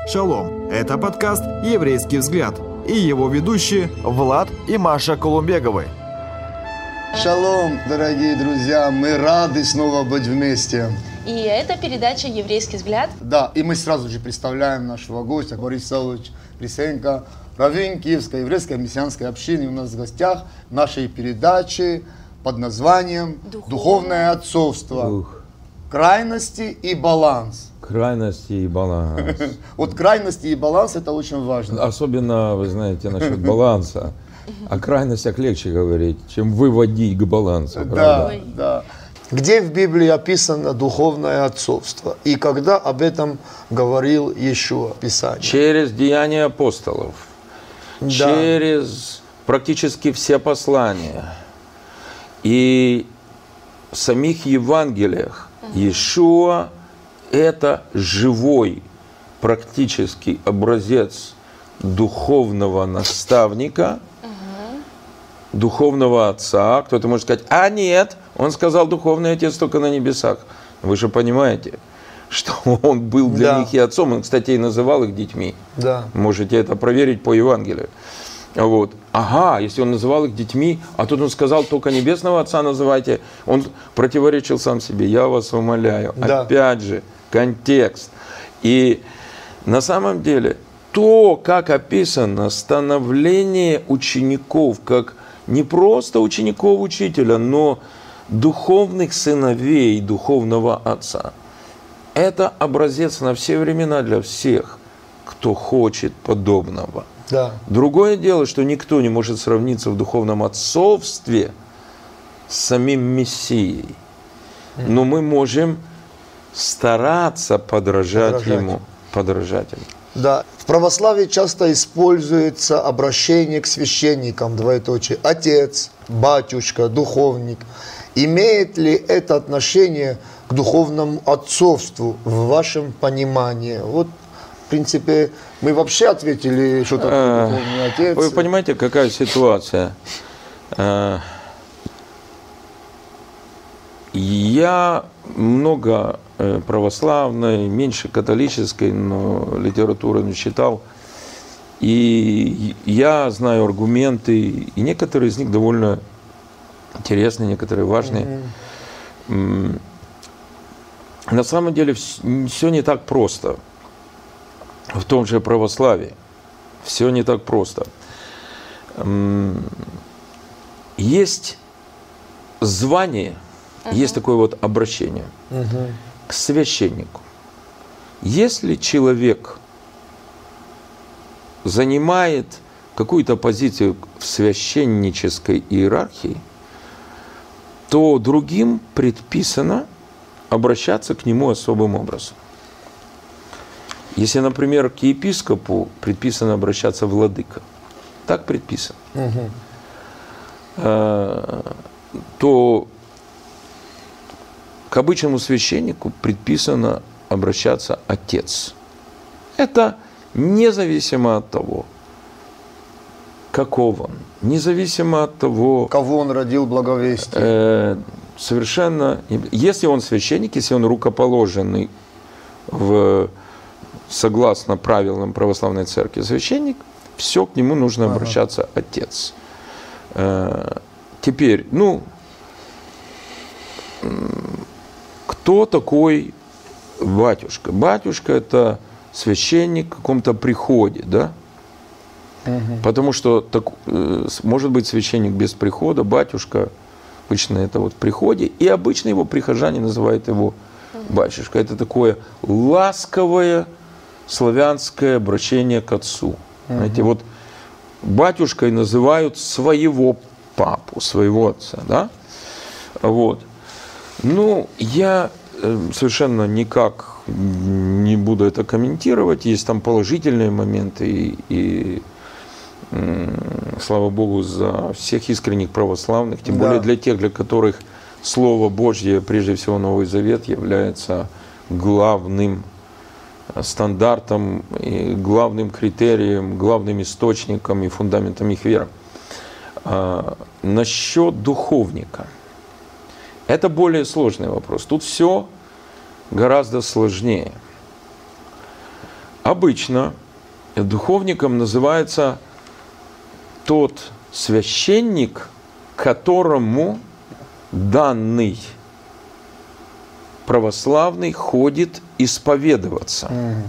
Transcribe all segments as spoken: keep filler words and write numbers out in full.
Шалом! Это подкаст «Еврейский взгляд» и его ведущие Влад и Маша Колумбеговы. Шалом, дорогие друзья! Мы рады снова быть вместе. И это передача «Еврейский взгляд». Да, и мы сразу же представляем нашего гостя, Борис Савович Рисенко, раввин Киевской еврейской мессианской общины. У нас в гостях нашей передачи под названием «Духовное, Духовное отцовство. Ух. Крайности и баланс». Крайности и баланс. Вот крайности и баланс — это очень важно. Особенно, вы знаете, насчет баланса. О крайностях легче говорить, чем выводить к балансу. Да, да. Где в Библии описано духовное отцовство? И когда об этом говорил Иешуа, Писание? Через деяния апостолов. Да. Через практически все послания. И в самих Евангелиях Иешуа — это живой, практический образец духовного наставника, угу. духовного отца. Кто-то может сказать: а нет, он сказал, духовный отец только на небесах. Вы же понимаете, что он был для да. них и отцом. Он, кстати, и называл их детьми. Да. Можете это проверить по Евангелию. Вот. Ага, если он называл их детьми, а тут он сказал, только небесного отца называйте, он противоречил сам себе. Я вас умоляю. Да. Опять же, контекст. И на самом деле то, как описано становление учеников, как не просто учеников учителя, но духовных сыновей духовного отца, это образец на все времена для всех, кто хочет подобного. Да. Другое дело, что никто не может сравниться в духовном отцовстве с самим Мессией, но мы можем стараться подражать, подражать. ему, подражать ему. Да, в православии часто используется обращение к священникам, двоеточие, отец, батюшка, духовник. Имеет ли это отношение к духовному отцовству в вашем понимании? Вот, в принципе, мы вообще ответили, что такое духовный отец. Вы понимаете, какая ситуация? Я много православной, меньше католической, но литературы не читал. И я знаю аргументы, и некоторые из них довольно интересные, некоторые важные. Mm-hmm. На самом деле все не так просто. В том же православии все не так просто. Есть звание, uh-huh. есть такое вот обращение uh-huh. к священнику. Если человек занимает какую-то позицию в священнической иерархии, то другим предписано обращаться к нему особым образом. Если, например, к епископу предписано обращаться владыка, так предписано, угу. то к обычному священнику предписано обращаться отец. Это независимо от того, каков он, независимо от того, кого он родил благовестие. Э, совершенно, если он священник, если он рукоположенный в согласно правилам православной церкви священник, все к нему нужно ага. обращаться отец. Теперь, ну, кто такой батюшка? Батюшка — это священник в каком-то приходе, да? Угу. Потому что так, может быть священник без прихода, батюшка обычно это вот в приходе, и обычно его прихожане называют его батюшка. Это такое ласковое славянское обращение к отцу. Угу. Знаете, вот батюшкой называют своего папу, своего отца, да? Вот. Ну, я совершенно никак не буду это комментировать. Есть там положительные моменты, и, и слава Богу за всех искренних православных, тем да. более для тех, для которых Слово Божье, прежде всего Новый Завет, является главным стандартом, и главным критерием, главным источником и фундаментом их веры. А, насчет духовника. Это более сложный вопрос. Тут все гораздо сложнее. Обычно духовником называется тот священник, которому данный православный ходит исповедоваться, mm-hmm.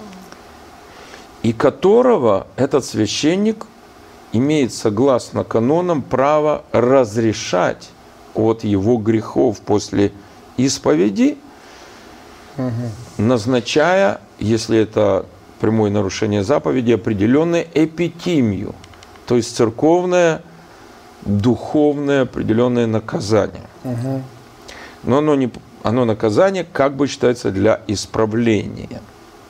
и которого этот священник имеет, согласно канонам, право разрешать от его грехов после исповеди, mm-hmm. назначая, если это прямое нарушение заповеди, определенную эпитимию, то есть церковное, духовное определенное наказание. Mm-hmm. Но оно, не, оно наказание как бы считается для исправления.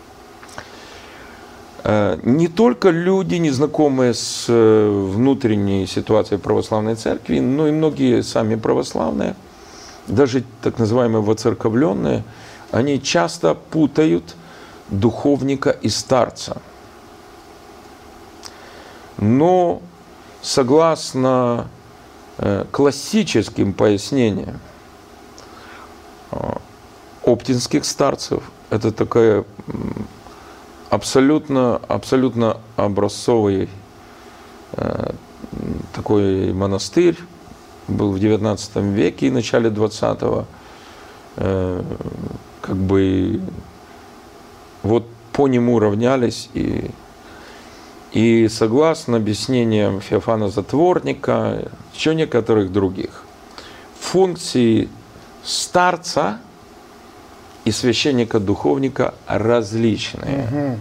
Не только люди, незнакомые с внутренней ситуацией православной церкви, но и многие сами православные, даже так называемые воцерковленные, они часто путают духовника и старца. Но согласно классическим пояснениям оптинских старцев, это такая абсолютно, абсолютно образцовый э, такой монастырь, был в девятнадцатом веке и начале двадцатого. Э, как бы вот по нему равнялись. И, и согласно объяснениям Феофана Затворника, еще некоторых других, функции старца и священника-духовника различные. Угу.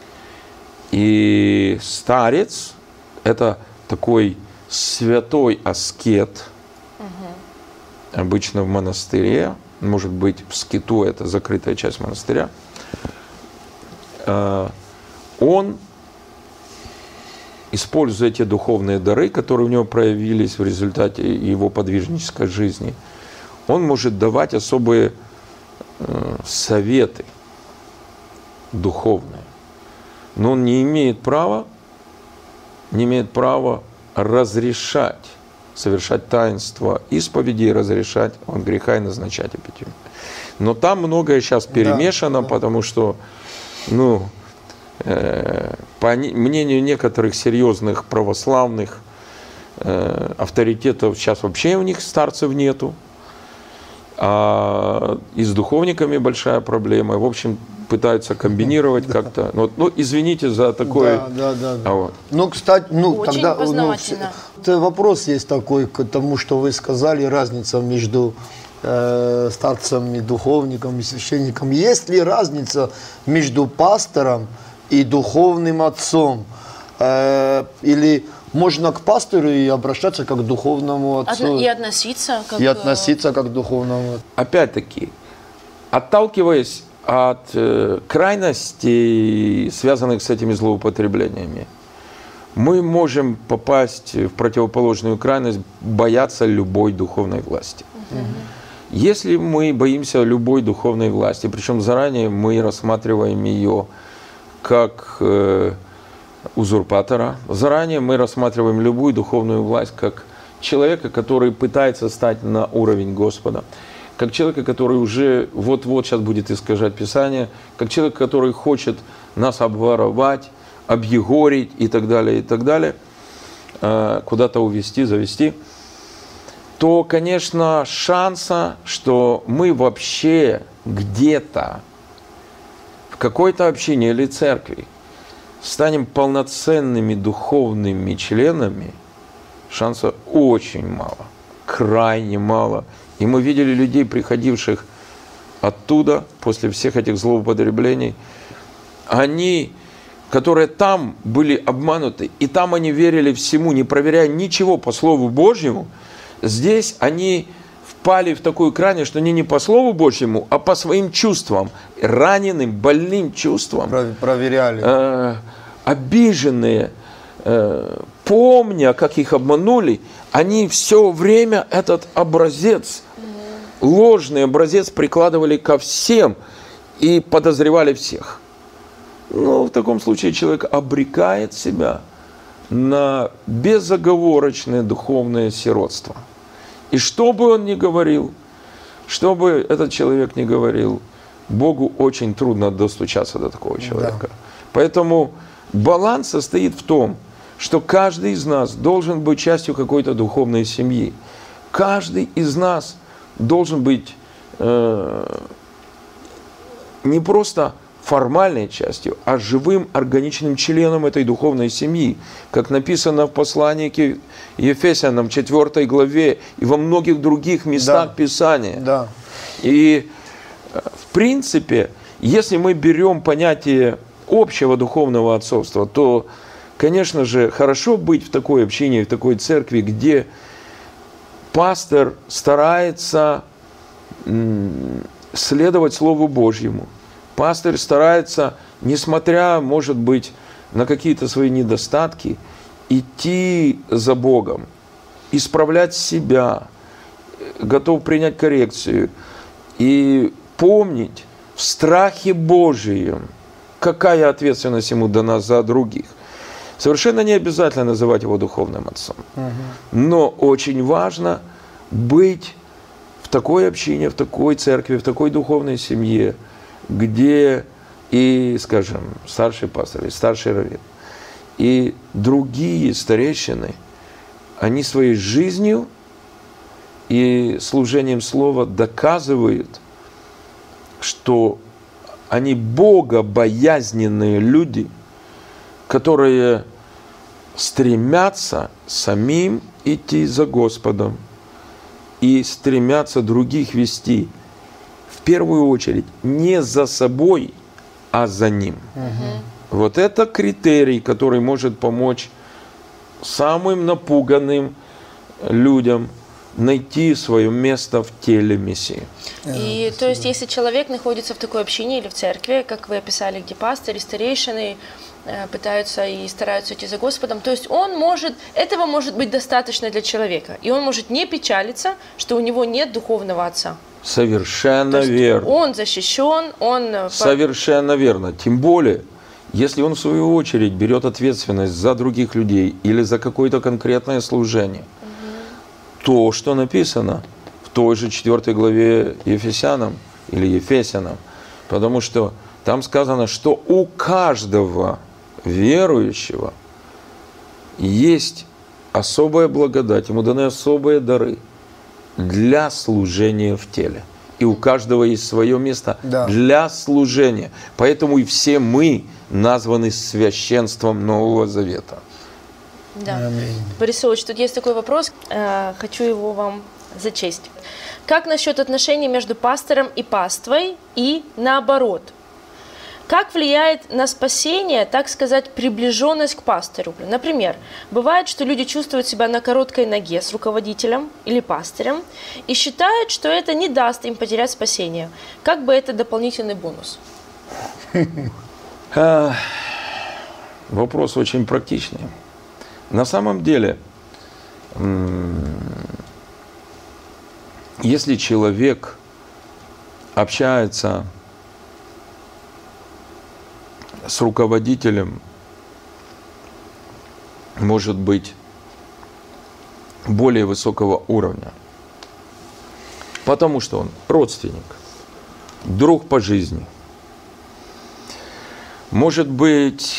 И старец – это такой святой аскет, угу. обычно в монастыре, может быть, в скиту – это закрытая часть монастыря. Он, используя те духовные дары, которые у него проявились в результате его подвижнической жизни, он может давать особые советы духовные, но он не имеет права, не имеет права разрешать, совершать таинство исповеди и разрешать от греха и назначать эпитимию. Но там многое сейчас перемешано, да, потому что, ну, э, по мнению некоторых серьезных православных э, авторитетов, сейчас вообще у них старцев нету. А и с духовниками большая проблема. В общем, пытаются комбинировать да. как-то. Ну, ну, извините за такое. Да, да, да. А вот. Ну, кстати, ну, очень тогда познавательно. Ну, вопрос есть такой к тому, что вы сказали, разница между э, старцем и духовником и священником. Есть ли разница между пастором и духовным отцом? Э, или можно к пастору и обращаться как к духовному отцу. И относиться как... И относиться как к духовному. Опять-таки, отталкиваясь от э, крайностей, связанных с этими злоупотреблениями, мы можем попасть в противоположную крайность, бояться любой духовной власти. Угу. Если мы боимся любой духовной власти, причем заранее мы рассматриваем ее как... Э, узурпатора. Заранее мы рассматриваем любую духовную власть как человека, который пытается стать на уровень Господа, как человека, который уже вот-вот сейчас будет искажать Писание, как человек, который хочет нас обворовать, объегорить и так далее, и так далее, куда-то увести, завести, то, конечно, шанса, что мы вообще где-то в какой-то общине или церкви станем полноценными духовными членами, шансов очень мало, крайне мало. И мы видели людей, приходивших оттуда, после всех этих злоупотреблений, они, которые там были обмануты, и там они верили всему, не проверяя ничего по Слову Божьему, здесь они впали в такую крайность, что они не по Слову Божьему, а по своим чувствам, раненым, больным чувствам. Проверяли. Э, обиженные, э, помня, как их обманули, они все время этот образец, ложный образец прикладывали ко всем и подозревали всех. Ну, в таком случае человек обрекает себя на безоговорочное духовное сиротство. И что бы он ни говорил, что бы этот человек ни говорил, Богу очень трудно достучаться до такого человека. Да. Поэтому баланс состоит в том, что каждый из нас должен быть частью какой-то духовной семьи. Каждый из нас должен быть э, не просто формальной частью, а живым органичным членом этой духовной семьи. Как написано в послании к Ефесянам четвёртой главе и во многих других местах Да. Писания. Да. И в принципе, если мы берем понятие общего духовного отцовства, то, конечно же, хорошо быть в такой общине, в такой церкви, где пастор старается следовать Слову Божьему. Пастор старается, несмотря, может быть, на какие-то свои недостатки, идти за Богом, исправлять себя, готов принять коррекцию и помнить в страхе Божьем, какая ответственность ему дана за других. Совершенно не обязательно называть его духовным отцом. Но очень важно быть в такой общине, в такой церкви, в такой духовной семье, где и, скажем, старший пастор, и старший раввин, и другие старейшины, они своей жизнью и служением слова доказывают, что они богобоязненные люди, которые стремятся самим идти за Господом и стремятся других вести, в первую очередь, не за собой, а за Ним. Угу. Вот это критерий, который может помочь самым напуганным людям найти свое место в теле Мессии. И то есть, если человек находится в такой общине или в церкви, как вы описали, где пастырь и старейшины э, пытаются и стараются идти за Господом, то есть он может, этого может быть достаточно для человека, и он может не печалиться, что у него нет духовного отца. Совершенно верно. Он защищен, он... Совершенно верно. Тем более, если он в свою очередь берет ответственность за других людей или за какое-то конкретное служение, угу. то, что написано в той же четвёртой главе Ефесянам или Ефесянам, потому что там сказано, что у каждого верующего есть особая благодать, ему даны особые дары для служения в теле. И у каждого есть свое место да. для служения. Поэтому и все мы названы священством Нового Завета. Да. Борис Ильич, тут есть такой вопрос, хочу его вам зачесть. Как насчет отношений между пастором и паствой и наоборот? Как влияет на спасение, так сказать, приближенность к пастырю? Например, бывает, что люди чувствуют себя на короткой ноге с руководителем или пастырем и считают, что это не даст им потерять спасение. Как бы это дополнительный бонус? Вопрос очень практичный. На самом деле, если человек общается с руководителем, может быть, более высокого уровня, потому что он родственник, друг по жизни, может быть,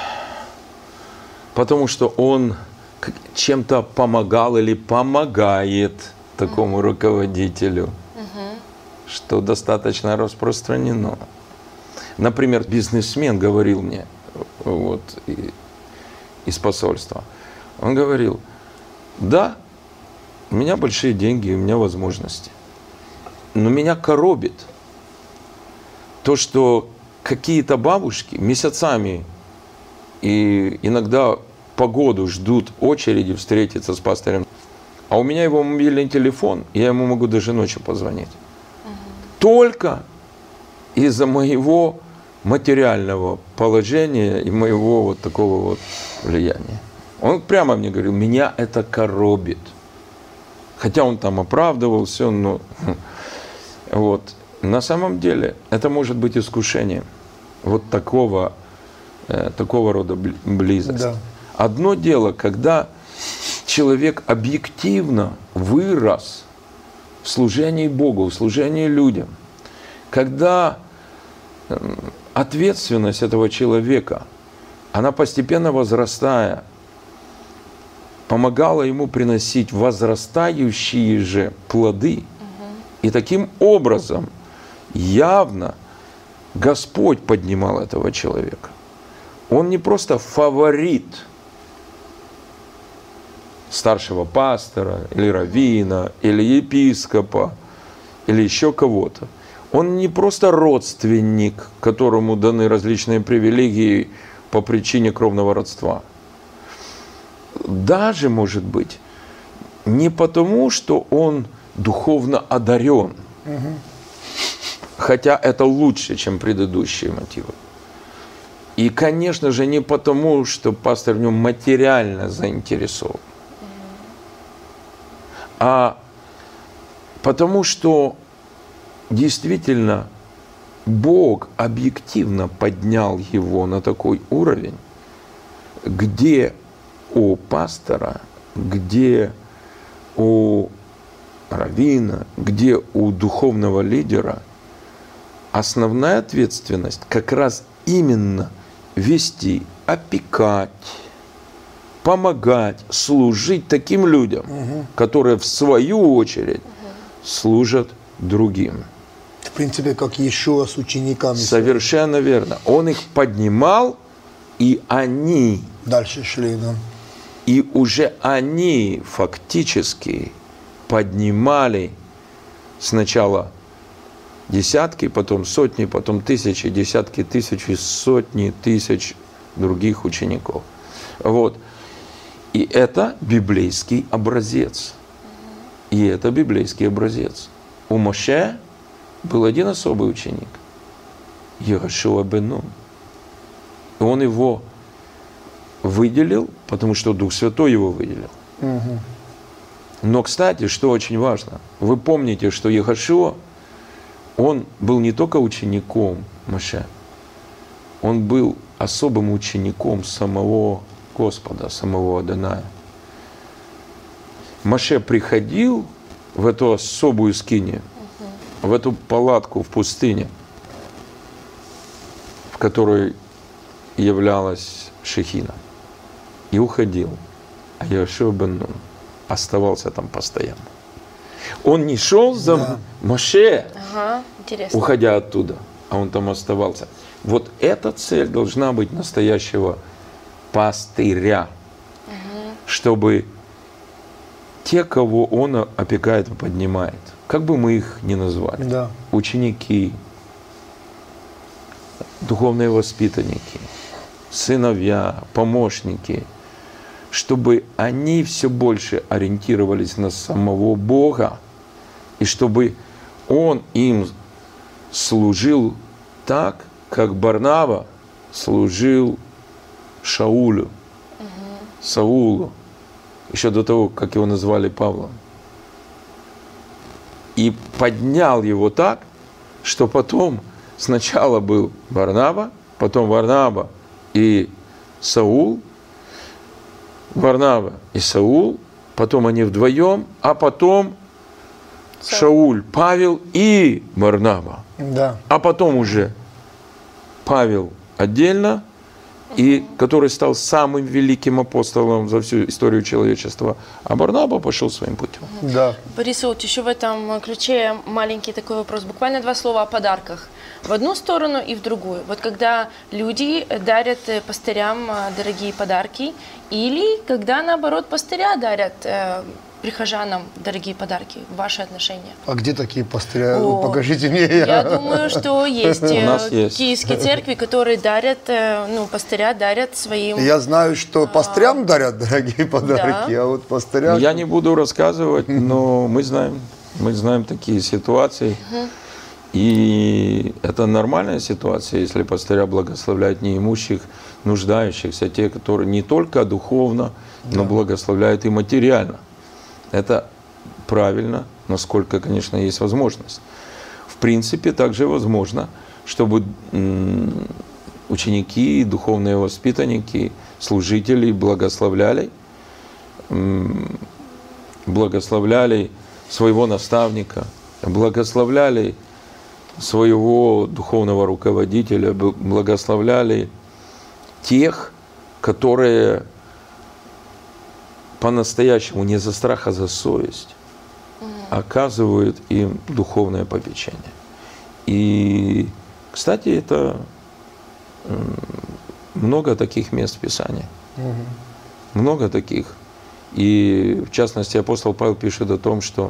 потому что он чем-то помогал или помогает такому руководителю, uh-huh. что достаточно распространено. Например, бизнесмен говорил мне вот, из посольства, он говорил, да, у меня большие деньги, у меня возможности, но меня коробит то, что какие-то бабушки месяцами и иногда по году ждут очереди встретиться с пастырем, а у меня его мобильный телефон, и я ему могу даже ночью позвонить. Угу. Только из-за моего материального положения и моего вот такого вот влияния. Он прямо мне говорил, меня это коробит. Хотя он там оправдывался, но вот. На самом деле это может быть искушением вот такого, э, такого рода близости. Да. Одно дело, когда человек объективно вырос в служении Богу, в служении людям, когда ответственность этого человека, она постепенно возрастая, помогала ему приносить возрастающие же плоды. Угу. И таким образом явно Господь поднимал этого человека. Он не просто фаворит старшего пастора, или раввина, или епископа, или еще кого-то. Он не просто родственник, которому даны различные привилегии по причине кровного родства. Даже, может быть, не потому, что он духовно одарен, угу. хотя это лучше, чем предыдущие мотивы. И, конечно же, не потому, что пастор в нем материально заинтересован, а потому, что действительно Бог объективно поднял его на такой уровень, где у пастора, где у раввина, где у духовного лидера основная ответственность как раз именно вести, опекать, помогать, служить таким людям, угу. которые в свою очередь угу. служат другим. В принципе, как Иешуа с учениками. Совершенно верно. Он их поднимал, и они дальше шли, да. И уже они фактически поднимали сначала десятки, потом сотни, потом тысячи, десятки тысяч и сотни тысяч других учеников. Вот. И это библейский образец. И это библейский образец. У Моше был один особый ученик, Йошуа бен Нун. И он его выделил, потому что Дух Святой его выделил. Угу. Но, кстати, что очень важно, вы помните, что Йошуа, он был не только учеником Моше, он был особым учеником самого Господа, самого Адоная. Моше приходил в эту особую скинию, в эту палатку в пустыне, в которой являлась Шехина, и уходил. А Йошуа бен Нун оставался там постоянно. Он не шел за да. Моше, ага, уходя оттуда, а он там оставался. Вот эта цель должна быть настоящего пастыря, угу. чтобы те, кого он опекает и поднимает, как бы мы их ни назвали, да. ученики, духовные воспитанники, сыновья, помощники, чтобы они все больше ориентировались на самого Бога, и чтобы Он им служил так, как Барнава служил Шаулю, угу. Саулу, еще до того, как его назвали Павлом. И поднял его так, что потом сначала был Барнава, потом Варнава и Саул, Варнава и Саул, потом они вдвоем, а потом Саул, Шауль, Павел и Варнава. Да. А потом уже Павел отдельно, и который стал самым великим апостолом за всю историю человечества, а Барнаба пошел своим путем. Да. Борис Ильич, еще в этом ключе маленький такой вопрос, буквально два слова о подарках. В одну сторону и в другую. Вот когда люди дарят пастырям дорогие подарки, или когда, наоборот, пастыря дарят э, прихожанам дорогие подарки, ваши отношения? А где такие пастыря? О, покажите мне. Я думаю, что есть, есть киевские церкви, которые дарят, ну, пастыря дарят своим... Я знаю, что пастырям а, дарят дорогие подарки, да. а вот пастырям... Я не буду рассказывать, но мы знаем, мы знаем такие ситуации. Угу. И это нормальная ситуация, если пастыря благословляют неимущих, нуждающихся, те, которые не только духовно, но да. благословляют и материально. Это правильно, насколько, конечно, есть возможность. В принципе, также возможно, чтобы ученики, духовные воспитанники, служители благословляли, благословляли своего наставника, благословляли своего духовного руководителя, благословляли тех, которые по-настоящему не за страх, а за совесть оказывают им духовное попечение. И, кстати, это много таких мест в Писании. Угу. Много таких. И, в частности, апостол Павел пишет о том, что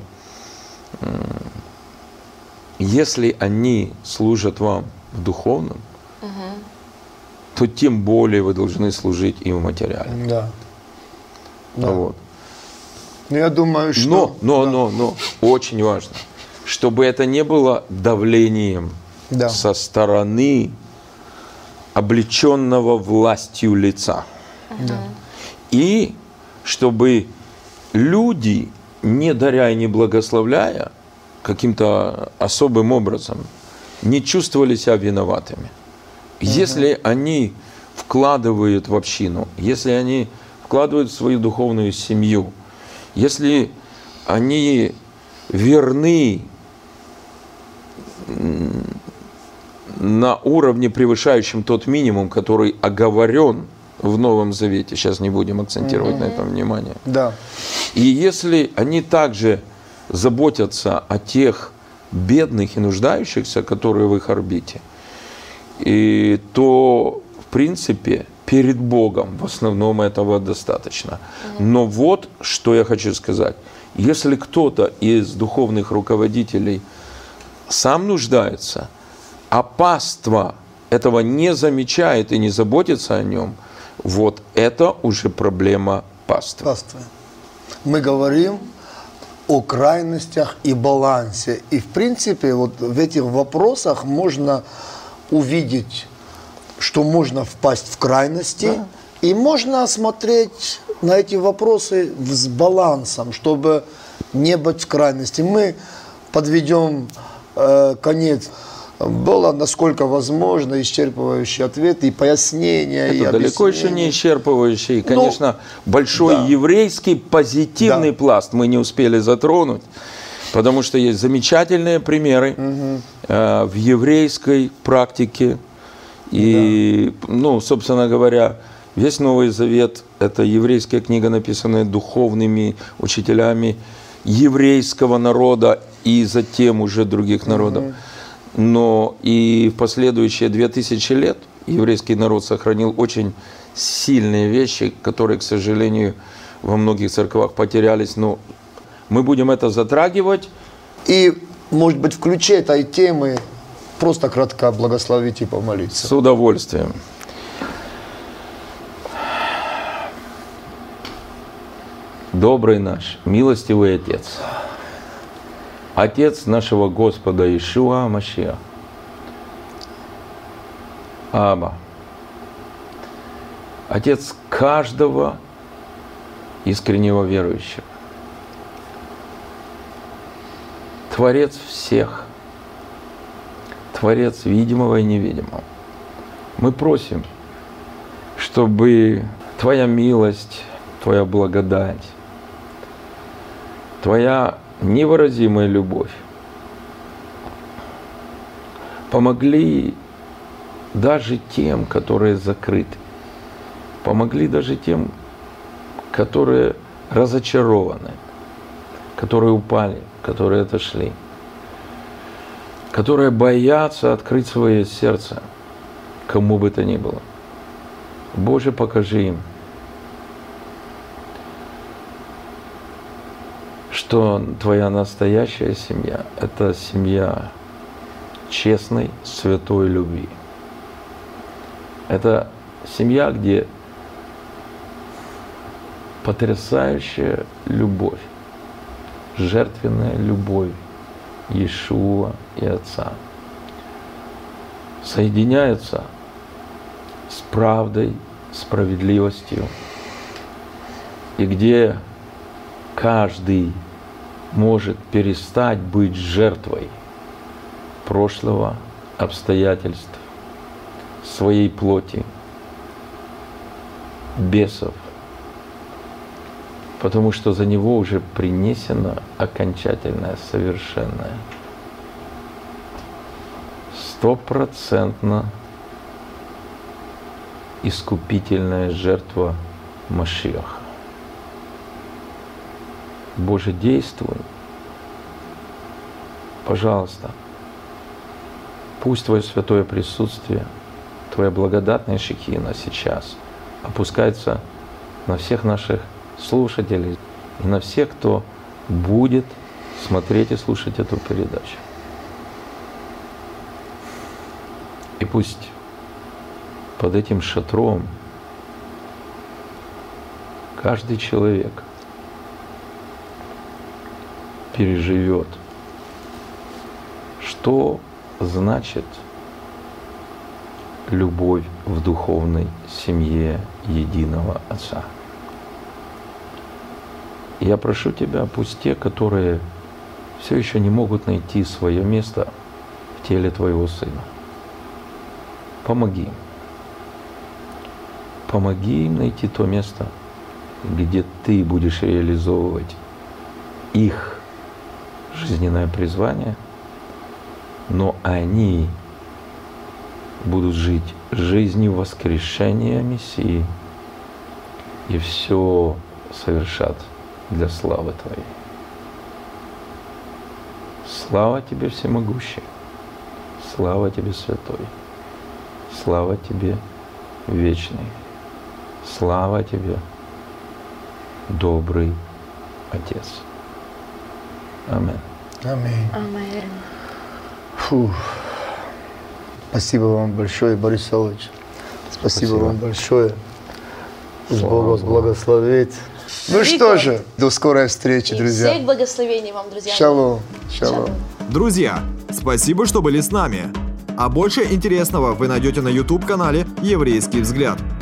если они служат вам в духовном, угу. то тем более вы должны служить им в материальном. Да. Да. Вот. Я думаю, что... Но, но, да. но, но, очень важно, чтобы это не было давлением да. со стороны облеченного властью лица. Да. И чтобы люди, не даря и не благословляя, каким-то особым образом, не чувствовали себя виноватыми. Угу. Если они вкладывают в общину, если они вкладывают в свою духовную семью, если они верны на уровне, превышающем тот минимум, который оговорен в Новом Завете, сейчас не будем акцентировать mm-hmm. на этом внимание. Да. И если они также заботятся о тех бедных и нуждающихся, которые в их орбите, и, то, в принципе, перед Богом в основном этого достаточно. Но вот что я хочу сказать. Если кто-то из духовных руководителей сам нуждается, а паства этого не замечает и не заботится о нем, вот это уже проблема паствы. Паствы. Мы говорим о крайностях и балансе. И в принципе вот в этих вопросах можно увидеть, что можно впасть в крайности, да. и можно смотреть на эти вопросы с балансом, чтобы не быть в крайности. Мы подведем э, конец. Было, насколько возможно, исчерпывающий ответ и пояснение. Это и далеко еще не исчерпывающий. Конечно, ну, большой да. еврейский позитивный да. пласт мы не успели затронуть, потому что есть замечательные примеры угу. э, в еврейской практике. И, да. ну, собственно говоря, весь Новый Завет – это еврейская книга, написанная духовными учителями еврейского народа и затем уже других народов. Угу. Но и в последующие две тысячи лет еврейский народ сохранил очень сильные вещи, которые, к сожалению, во многих церквах потерялись. Но мы будем это затрагивать. И, может быть, в ключе этой темы просто кратко благословить и помолиться. С удовольствием. Добрый наш, милостивый Отец, Отец нашего Господа Иешуа Машиаха, Аба, Отец каждого искреннего верующего, Творец всех, Творец видимого и невидимого. Мы просим, чтобы Твоя милость, Твоя благодать, Твоя невыразимая любовь помогли даже тем, которые закрыты, помогли даже тем, которые разочарованы, которые упали, которые отошли, которые боятся открыть свое сердце кому бы то ни было. Боже, покажи им, что Твоя настоящая семья – это семья честной, святой любви. Это семья, где потрясающая любовь, жертвенная любовь Иешуа и Отца соединяется с правдой, справедливостью, и где каждый может перестать быть жертвой прошлого, обстоятельств, своей плоти, бесов, потому что за него уже принесено окончательное, совершенное. стопроцентно искупительная жертва Машиаха. Боже, действуй. Пожалуйста, пусть Твое святое присутствие, Твоя благодатная шехина сейчас опускается на всех наших слушателей и на всех, кто будет смотреть и слушать эту передачу. И пусть под этим шатром каждый человек переживет, что значит любовь в духовной семье единого Отца. Я прошу Тебя, пусть те, которые все еще не могут найти свое место в теле Твоего Сына, помоги им. Помоги им найти то место, где Ты будешь реализовывать их жизненное призвание, но они будут жить жизнью воскрешения Мессии и все совершат для славы Твоей. Слава Тебе, Всемогущий! Слава Тебе, Святой! Слава Тебе, Вечный! Слава Тебе, добрый Отец! Аминь. Аминь. Аминь. Фу. Спасибо вам большое, Борис Савович. Спасибо, Спасибо. вам большое. Пусть Слава Бог вас Богу. благословит. Ну Рика. что же, до скорой встречи, И друзья. всех благословений вам, друзья. мои. Шалом. Шалом. Друзья, спасибо, что были с нами. А больше интересного вы найдете на YouTube-канале «Еврейский взгляд».